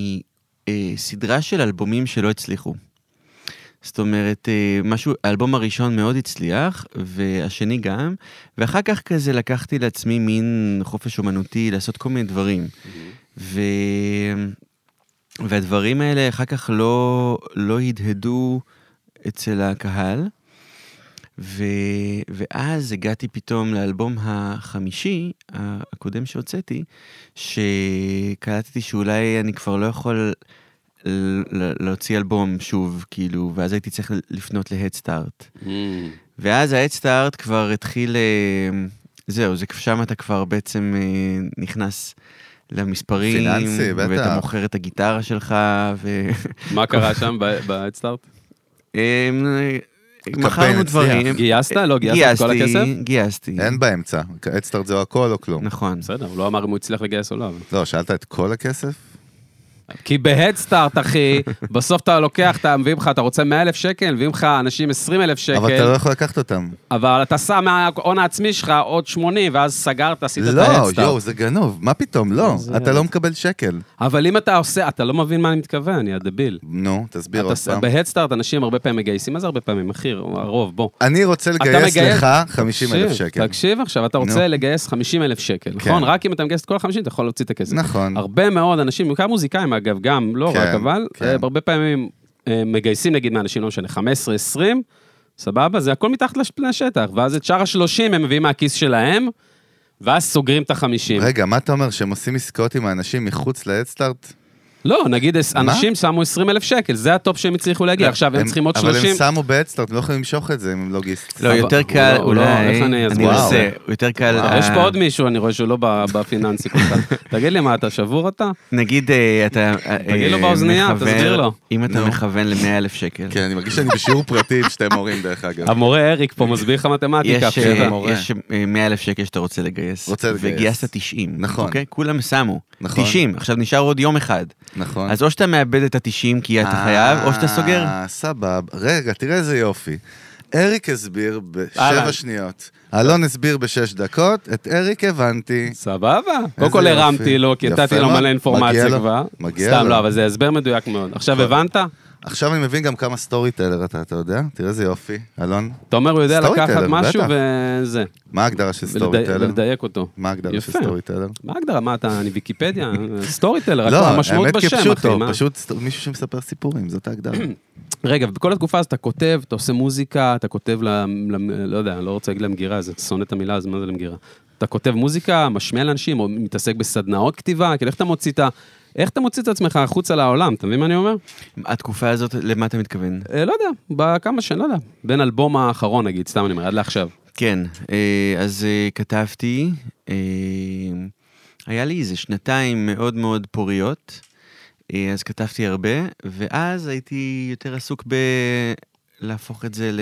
מסדרה של אלבומים שלא הצליחו. זאת אומרת, משהו, האלבום הראשון מאוד הצליח, והשני גם, ואחר כך כזה לקחתי לעצמי מין חופש אומנותי לעשות כל מיני דברים. ו... והדברים האלה אחר כך לא, לא הדהדו אצל הקהל, ו... ואז הגעתי פתאום לאלבום החמישי, הקודם שהוצאתי, שקלטתי שאולי אני כבר לא יכול להוציא אלבום שוב, כאילו, ואז הייתי צריך לפנות להדסטארט. Mm. ואז ההדסטארט כבר התחיל, זהו, זה שם אתה כבר בעצם נכנס למספרים, פיננסי, בטח. ואתה מוכר את הגיטרה שלך, ו... מה קרה שם בהדסטארט? מכרנו דברים. גייסת? לא גייסת את כל הכסף? גייסתי. אין באמצע. הדסטארט זה הכל או כלום. נכון. בסדר, הוא לא אמר אם הוא הצליח לגייס או לא. לא, שאלת את כל הכסף? כי בהדסטארט, אחי, בסוף אתה לוקח, אתה מביא לך, אתה רוצה מאה אלף שקל, מביאים לך אנשים עשרים אלף שקל. אבל אתה לא יכול לקחת אותם. אבל אתה שם מההון העצמי שלך עוד שמונים, ואז סגרת, עשית את לא, ההדסטארט. יואו, זה גנוב. מה פתאום? לא, אתה לא מקבל שקל. אבל אם אתה עושה, אתה לא מבין מה אני מתכוון, אני הדביל. נו, תסביר עוד פעם. בהדסטארט אנשים הרבה פעמים מגייסים, מה זה הרבה פעמים? מחיר, הרוב, בוא. אני רוצה לגייס לך חמישים אלף שקל. תקשיב עכשיו, אתה רוצה לגייס חמישים אלף שקל, נכון? רק אם אתה מגייס את כל ה-חמישים, אתה יכול להוציא את הכסף. נכון. הרבה מאוד אנשים, בעיקר מוזיקאים אגב, גם, לא רק, אבל הרבה פעמים מגייסים, נגיד, מאנשים, לא משנה, חמש עשרה עשרים, סבבה? זה הכל מתחת לשטח, ואז את שאר ה-שלושים הם מביאים מהכיס שלהם, ואז סוגרים את ה-חמישים. רגע, מה אתה אומר, שהם עושים עסקאות עם האנשים מחוץ להדסטארט? לא, נגיד, אנשים שמו עשרים אלף שקל, זה הטופ שהם הצליחו להגיע, עכשיו הם צריכים עוד שלושים. אבל הם שמו בהדסטארט, הם לא יכולים למשוך את זה, הם לוגיסט. לא, יותר קל, אולי, אני עושה, יותר קל... יש פה עוד מישהו, אני רואה שהוא לא בפיננסי כל כך. תגיד לי, מה, אתה שבור אתה? נגיד, אתה... תגיד לו באוזנייה, תסביר לו. אם אתה מכוון ל-מאה אלף שקל. כן, אני מרגיש שאני בשיעור פרטי עם שתי מורים, דרך אגב. המורה אריק פה מסביר לך מתמטיקה. יש מאה אלף שקל שאתה רוצה לגייס. רוצה לגייס. וגייסת תשעים. נכון. כולם שמו. תשעים. עכשיו נשאר עוד יום אחד. נכון. אז או שאתה מאבד את ה-תשעים כי אתה חייב, או שאתה סוגר. סבב. רגע, תראה איזה יופי. אריק הסביר בשבע שניות. אלון הסביר בשש דקות, את אריק הבנתי. סבבה. קודם כל הרמתי לו, כי נתתי לו מלא אינפורמציה כבר. מגיע לו. סתם לא, אבל זה הסבר מדויק מאוד. עכשיו הבנת? עכשיו אני מבין גם כמה סטורי טלר אתה, אתה יודע? תראה איזה יופי, אלון. אתה אומר, הוא יודע לקחת משהו וזה. מה ההגדרה של סטורי טלר? ולדייק אותו. מה ההגדרה של סטורי טלר? מה ההגדרה? מה אתה, אני ויקיפדיה? סטורי טלר, המשמעות בשם, אחי. לא, פשוט מישהו שמספר סיפורים, זאת ההגדרה. רגע, בכל התקופה הזאת אתה כותב, אתה עושה מוזיקה, אתה כותב, לא יודע, אני לא רוצה להגיד למגירה, זה שונא את המילה, אז מה זה למגירה? אתה כותב מוזיקה, משמיע לאנשים, או מתעסק בסדנאות כתיבה, כאילו איך אתה מוציא את ה... איך אתה מוציא את עצמך החוצה לעולם? אתה מבין מה אני אומר? התקופה הזאת, למה אתה מתכוון? לא יודע, בכמה שנים, לא יודע. בין אלבום האחרון, נגיד, סתם אני אומר, עד לעכשיו. כן, אז כתבתי, היה לי איזה שנתיים מאוד מאוד פוריות, אז כתבתי הרבה, ואז הייתי יותר עסוק בלהפוך את זה ל...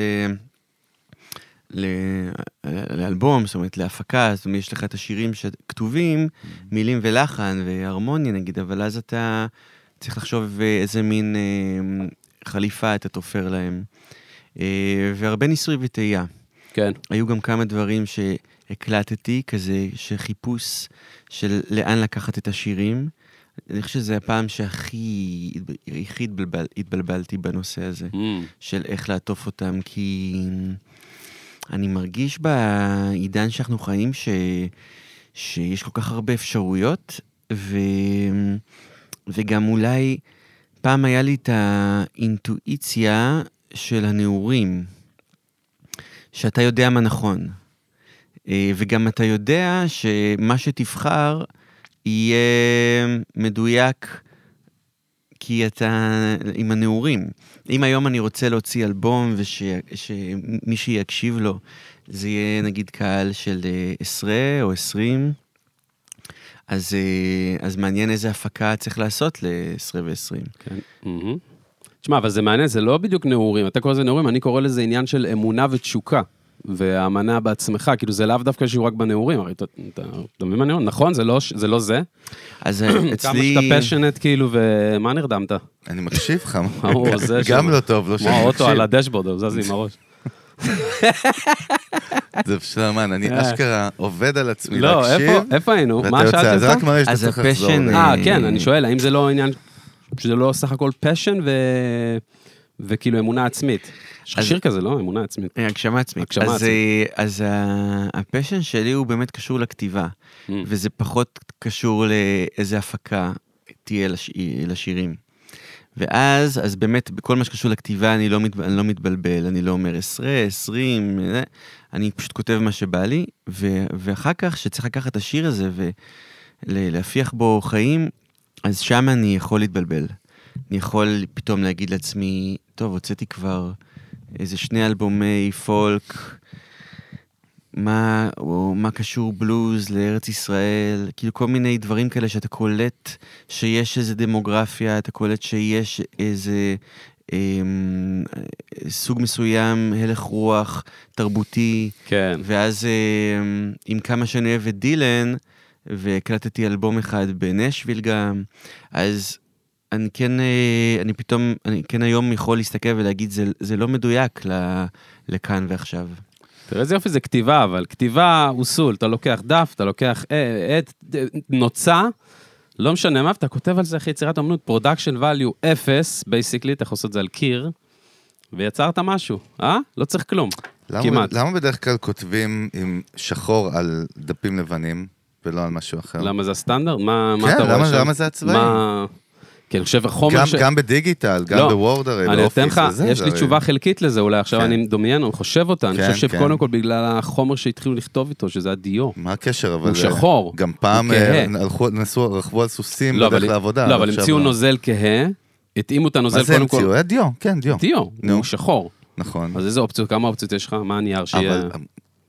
לאלבום, זאת אומרת, להפקה, זאת אומרת, יש לך את השירים שכתובים, מילים ולחן והרמוניה נגיד, אבל אז אתה צריך לחשוב איזה מין חליפה אתה תופר להם. והרבה ניסוי וטעייה. כן. היו גם כמה דברים שהקלטתי, כזה שחיפוש של לאן לקחת את השירים. אני חושב שזה הפעם שהכי, הכי התבלבל, התבלבלתי בנושא הזה, mm. של איך לעטוף אותם, כי אני מרגיש בעידן שאנחנו חיים ש, שיש כל כך הרבה אפשרויות, ו, וגם אולי פעם היה לי את האינטואיציה של הנעורים, שאתה יודע מה נכון, וגם אתה יודע שמה שתבחר יהיה מדויק כי אתה עם הנעורים. אם היום אני רוצה להוציא אלבום ושמי שיקשיב לו, זה יהיה נגיד קהל של עשרה או עשרים, אז, אז מעניין איזה הפקה צריך לעשות ל-עשרה ו-עשרים. כן. תשמע, אבל זה מעניין, זה לא בדיוק נעורים. אתה קורא לזה נעורים, אני קורא לזה עניין של אמונה ותשוקה. והאמנה בעצמך, כאילו זה לאו דווקא שהוא רק בנעורים, הרי אתה, אתה, אתה מבין מה אני אומר? נכון, זה לא זה. לא זה. אז אצלי... כמה שאתה פשנט, כאילו, ומה נרדמת? אני מקשיב לך. זה גם לא טוב, לא שאני מקשיב. האוטו על הדשבורד, הוא זז לי עם הראש. זה פשוט, אני אשכרה עובד על עצמי להקשיב. לא, איפה היינו? מה שאלת אותך? זה רק מראה שאתה צריך לחזור. אה, כן, אני שואל, האם זה לא עניין, שזה לא סך הכל פשן וכאילו אמונה עצמית? יש שיר כזה, לא? אמונה עצמית. הגשמה עצמית. אז הפשן שלי הוא באמת קשור לכתיבה, וזה פחות קשור לאיזה הפקה תהיה לשירים. ואז, אז באמת, בכל מה שקשור לכתיבה, אני לא מתבלבל, אני לא אומר עשרה, עשרים, אני פשוט כותב מה שבא לי, ואחר כך, שצריך לקחת את השיר הזה ולהפיח בו חיים, אז שם אני יכול להתבלבל. אני יכול פתאום להגיד לעצמי, טוב, הוצאתי כבר איזה שני אלבומי פולק, מה, או מה קשור בלוז לארץ ישראל, כאילו כל מיני דברים כאלה שאתה קולט שיש איזה דמוגרפיה, אתה קולט שיש איזה אה, סוג מסוים, הלך רוח, תרבותי, כן. ואז אה, עם כמה שאני אוהב את דילן, והקלטתי אלבום אחד בנשוויל גם, אז אני כן, אני פתאום, אני כן היום יכול להסתכל ולהגיד, זה, זה לא מדויק לכאן ועכשיו. תראה איזה יופי, זה כתיבה, אבל כתיבה הוא סול, אתה לוקח דף, אתה לוקח עט, נוצה, לא משנה מה, אתה כותב על זה אחרי יצירת אמנות, פרודקשן ואליו אפס, בייסיקלי, אתה יכול לעשות את זה על קיר, ויצרת משהו, אה? לא צריך כלום, למה, כמעט. למה בדרך כלל כותבים עם שחור על דפים לבנים, ולא על משהו אחר? למה זה הסטנדרט? מה, כן, מה אתה למה, רואה שם? למה זה הצבאי? מה... כי אני חושב, החומר גם, ש... גם בדיגיטל, גם לא, בוורד הרי, אני אתן לך, וזה, יש זה לי הרי... תשובה חלקית לזה, אולי עכשיו כן. אני דומיין, אני חושב אותה, כן, אני חושב כן. שקודם כל בגלל החומר שהתחילו לכתוב איתו, שזה הדיו. מה הקשר? אבל הוא שחור. גם פעם הוא כהה. הלכו, נסו, רכבו על סוסים לא, בדרך אבל- לעבודה. לא, אבל עכשיו המציאו לא. נוזל כהה, התאימו את הנוזל מה זה קודם כל. המציאו? היה דיו, כן, דיו. דיו, נו. הוא שחור. נכון. אז איזה אופציות, כמה אופציות יש לך? מה הנייר שיהיה? אבל,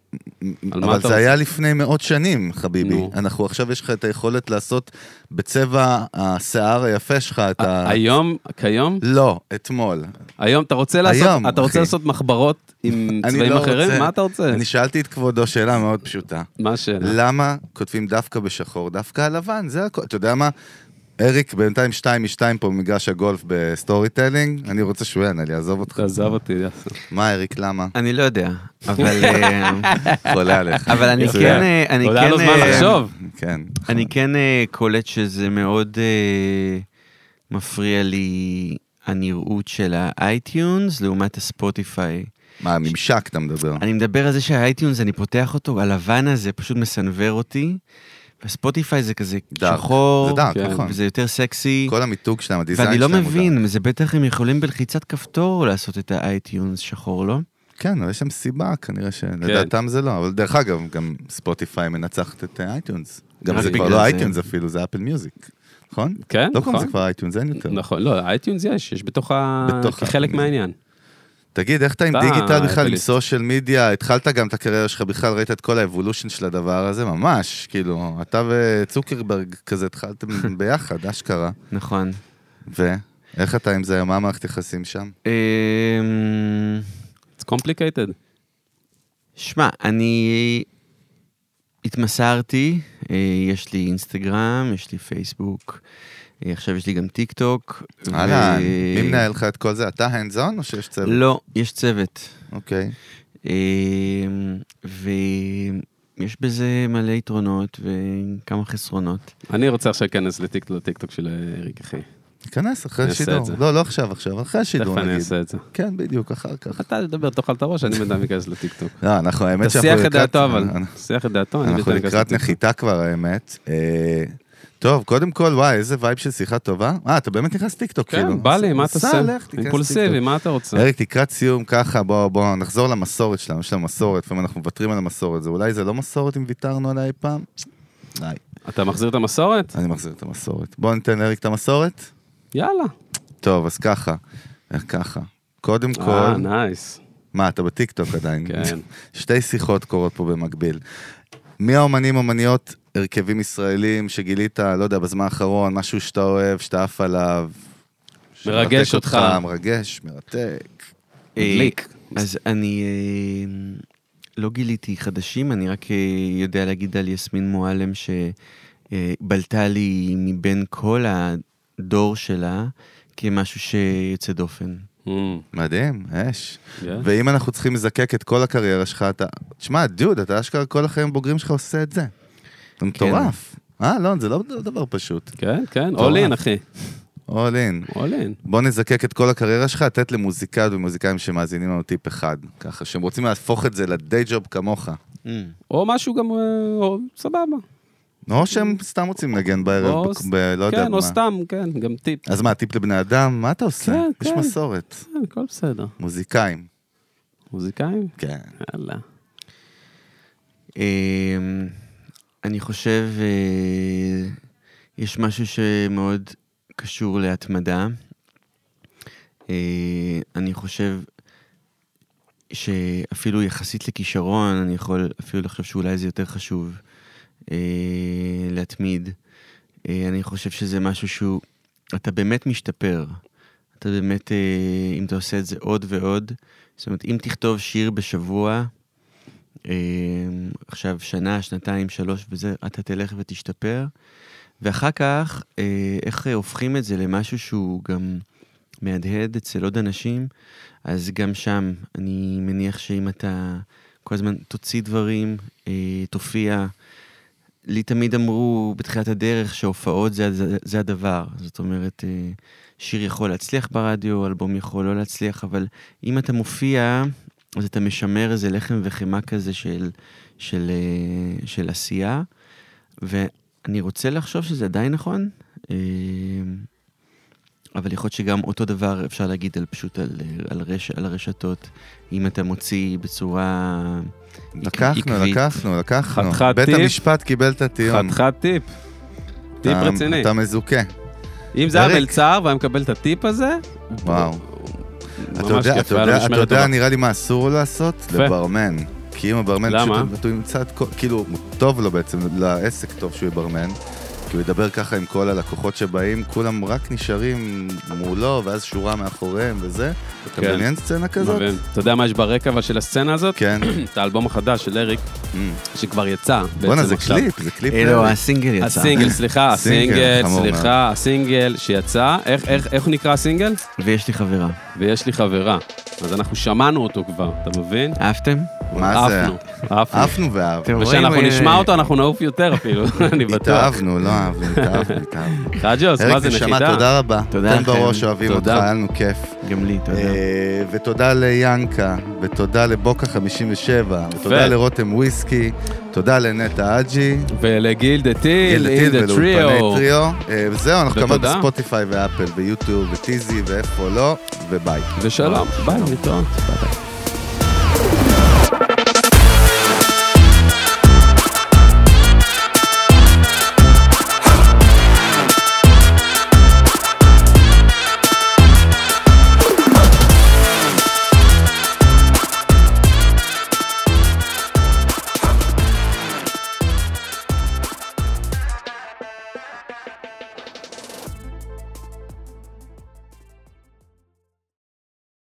על מה אבל אתה זה היה רוצה? לפני מאות שנים, חביבי. נו. אנחנו עכשיו יש לך את היכולת לעשות בצבע השיער היפה שלך את ה... היום, כיום, לא, אתמול. היום אתה רוצה לעשות, היום, אתה רוצה אחי. לעשות מחברות עם אני צבעים לא אחרים? רוצה- מה אתה רוצה? אני שאלתי את כבודו שאלה מאוד פשוטה. מה השאלה? למה כותבים דווקא בשחור, דווקא הלבן? זה הכל. אתה יודע מה? אריק, בינתיים שתיים משתיים פה במגרש הגולף בסטורי טלינג, אני רוצה שהוא יענה לי, עזוב אותך. תעזוב אותי, יאסר. מה, אריק, למה? אני לא יודע, אבל... אה, חולה עליך. אבל אני יפה. כן... אה, אני עוד היה לו כן, זמן אה, לחשוב. כן. אני כן אה, קולט שזה מאוד אה, מפריע לי הנראות של האייטיונס לעומת הספוטיפיי. מה, הממשק אתה מדבר? אני מדבר על זה שהאייטיונס, אני פותח אותו, הלבן הזה פשוט מסנבר אותי, והספוטיפיי זה כזה דארק. שחור, זה דארק, כן. נכון. וזה יותר סקסי, כל המיתוג שלהם, הדיזיין ואני שלהם לא הוא דארק. מבין, זה בטח הם יכולים בלחיצת כפתור לעשות את האייטיונס שחור, לא? כן, אבל יש שם סיבה, כנראה שלדעתם זה לא. אבל דרך אגב, גם ספוטיפיי מנצחת את אייטיונס. גם רק זה כבר בגלל לא זה. אייטיונס אפילו, זה אפל מיוזיק. נכון? כן, לא קוראים נכון. זה כבר אייטיונס, אין יותר. נכון, לא, אייטיונס יש, יש בתוך ה... בתוך כחלק ה- מהעניין. תגיד, איך אתה עם אתה דיגיטל בכלל, עם אפליסט. סושיאל מדיה? התחלת גם את הקריירה שלך בכלל, ראית את כל האבולושן של הדבר הזה? ממש, כאילו, אתה וצוקרברג כזה התחלתם ביחד, אשכרה. נכון. ואיך אתה עם זה? מה מערכת יחסים שם? אמ, It's complicated. שמע, אני התמסרתי, אה, יש לי אינסטגרם, יש לי פייסבוק, אה, עכשיו יש לי גם טיק טוק. אהלן, מי מנהל לך את כל זה? אתה הנדזון או שיש צוות? לא, יש צוות. אוקיי. אה, ויש בזה מלא יתרונות וכמה חסרונות. אני רוצה עכשיו להיכנס לטיקטוק, לטיקטוק של אריק, אחי. תיכנס אחרי אני אעשה השידור. את זה. לא, לא עכשיו, עכשיו, אחרי השידור תכף אני נגיד. אעשה את זה. כן, בדיוק, אחר כך. אתה תדבר, תאכל את הראש, אני בינתיים אכנס לטיקטוק. לא, אנחנו, האמת שאנחנו תסיח את לקראת- דעתו, אבל. אנחנו- תסיח את דעתו, אני אנחנו בינתיים אכנס לקראת לטיקטוק. נחיתה כבר, האמת. אה, טוב, קודם כל, וואי, איזה וייב של שיחה טובה. אה, אתה באמת נכנס טיקטוק, כאילו. כן, בא לי, מה אתה סע, עושה? לך, תיכנס אימפולסיבי, טיקטוק. מה אתה רוצה? אריק, לקראת סיום ככה, בוא, בוא, נחזור למסורת שלנו, יש לנו מסורת, לפעמים אנחנו מוותרים על המסורת, זה אולי זה לא מסורת אם ויתרנו עליה אי פעם? די, אתה מחזיר את המסורת? אני מחזיר את המסורת. בוא ניתן לאריק את המסורת. יאללה. טוב, אז ככה, איך ככה? קודם כל, אה, נייס. מה, אתה בטיקטוק עדיין? כן. שתי שיחות קורות פה במקביל. מי האומנים, אומניות, הרכבים ישראלים שגילית, לא יודע, בזמן האחרון, משהו שאתה אוהב, שאתה עף עליו. מרגש שמרתק אותך. מרגש, מרתק. מדליק. אז אני אה, לא גיליתי חדשים, אני רק אה, יודע להגיד על יסמין מועלם שבלטה לי מבין כל הדור שלה כמשהו שיוצא דופן. Mm, מדהים, אש. yeah. ואם אנחנו צריכים לזקק את כל הקריירה שלך, אתה... תשמע, דוד, אתה אשכרה כל החיים בוגרים שלך עושה את זה. זה מטורף. אה, לא, זה לא דבר פשוט. כן, כן, מטורף. all in, אחי. all in. all in. בוא נזקק את כל הקריירה שלך, לתת למוזיקאיות ומוזיקאים שמאזינים לנו טיפ אחד. ככה, שהם רוצים להפוך את זה לדיי ג'וב כמוך. או משהו גם, אה, או, סבבה. או שהם סתם רוצים לנגן בערב, או ב- ס- ב- לא יודע כן, או מה. סתם, כן, גם טיפ. אז מה, טיפ לבני אדם? מה אתה עושה? כן, יש כן. מסורת. כן, הכל בסדר. מוזיקאים. מוזיקאים? כן. יאללה. אמ, אני חושב, אה, יש משהו שמאוד קשור להתמדה. אה, אני חושב שאפילו יחסית לכישרון, אני יכול אפילו לחשוב שאולי זה יותר חשוב אה, להתמיד. אה, אני חושב שזה משהו שהוא, אתה באמת משתפר. אתה באמת, אה, אם אתה עושה את זה עוד ועוד, זאת אומרת, אם תכתוב שיר בשבוע, עכשיו שנה, שנתיים, שלוש וזה, אתה תלך ותשתפר, ואחר כך, איך הופכים את זה למשהו שהוא גם מהדהד אצל עוד אנשים, אז גם שם אני מניח שאם אתה כל הזמן תוציא דברים, תופיע, לי תמיד אמרו בתחילת הדרך שהופעות זה, זה, זה הדבר. זאת אומרת, שיר יכול להצליח ברדיו, אלבום יכול לא להצליח, אבל אם אתה מופיע, אז אתה משמר איזה לחם וחימה כזה של, של, של עשייה, ואני רוצה לחשוב שזה עדיין נכון, אבל יכול להיות שגם אותו דבר אפשר להגיד על פשוט על, על, רש, על הרשתות, אם אתה מוציא בצורה לקחנו, עקבית. לקחנו, לקחנו. חתיכת בית טיפ. המשפט קיבל את הטיעון. חתיכת טיפ. טיפ אתה, רציני. אתה מזוכה. אם זה היה מלצר והיה מקבל את הטיפ הזה, וואו. אתה יודע, אתה יודע, אתה יודע, נראה לי מה אסור לעשות? לברמן. כי אם הברמן פשוט הוא ימצא את כל, כאילו, טוב לו בעצם, לעסק טוב שהוא יברמן. כי הוא ידבר ככה עם כל הלקוחות שבאים, כולם רק נשארים מולו, ואז שורה מאחוריהם וזה. אתה מעניין סצנה כזאת? אתה יודע מה יש ברקע אבל של הסצנה הזאת? כן. את האלבום החדש של אריק, שכבר יצא. בוא'נה, זה קליפ, זה קליפ. אלו, הסינגל יצא. הסינגל, סליחה, הסינגל, סליחה, הסינגל שיצא. איך הוא נקרא הסינגל? ויש לי חברה. ויש לי חברה. אז אנחנו שמענו אותו כבר, אתה מבין? אהבתם? מה זה? אהבנו. אהבנו ואהבנו. ושאנחנו נשמע אותו, אנחנו נעוף יותר אפילו, אני בטוח. התאהבנו, לא אהבנו, התאהבנו, התאהבנו. חג'וס, מה זה נחידה? אריק, תודה רבה. תודה לכם. תן בראש, אוהבים אותך, היה לנו כיף. גם לי, תודה. ותודה ליאנקה, ותודה לבוקה חמישים ושבע, ותודה לרותם וויסקי, תודה לנטה אג'י. ולגיל דה טיל, אין דה טריו. וזהו, אנחנו כמובן בספוטיפיי ואפל ויוטיוב וטיזי ואיפה לא, וביי. ושלום, ביי, נתראות. ביי ביי.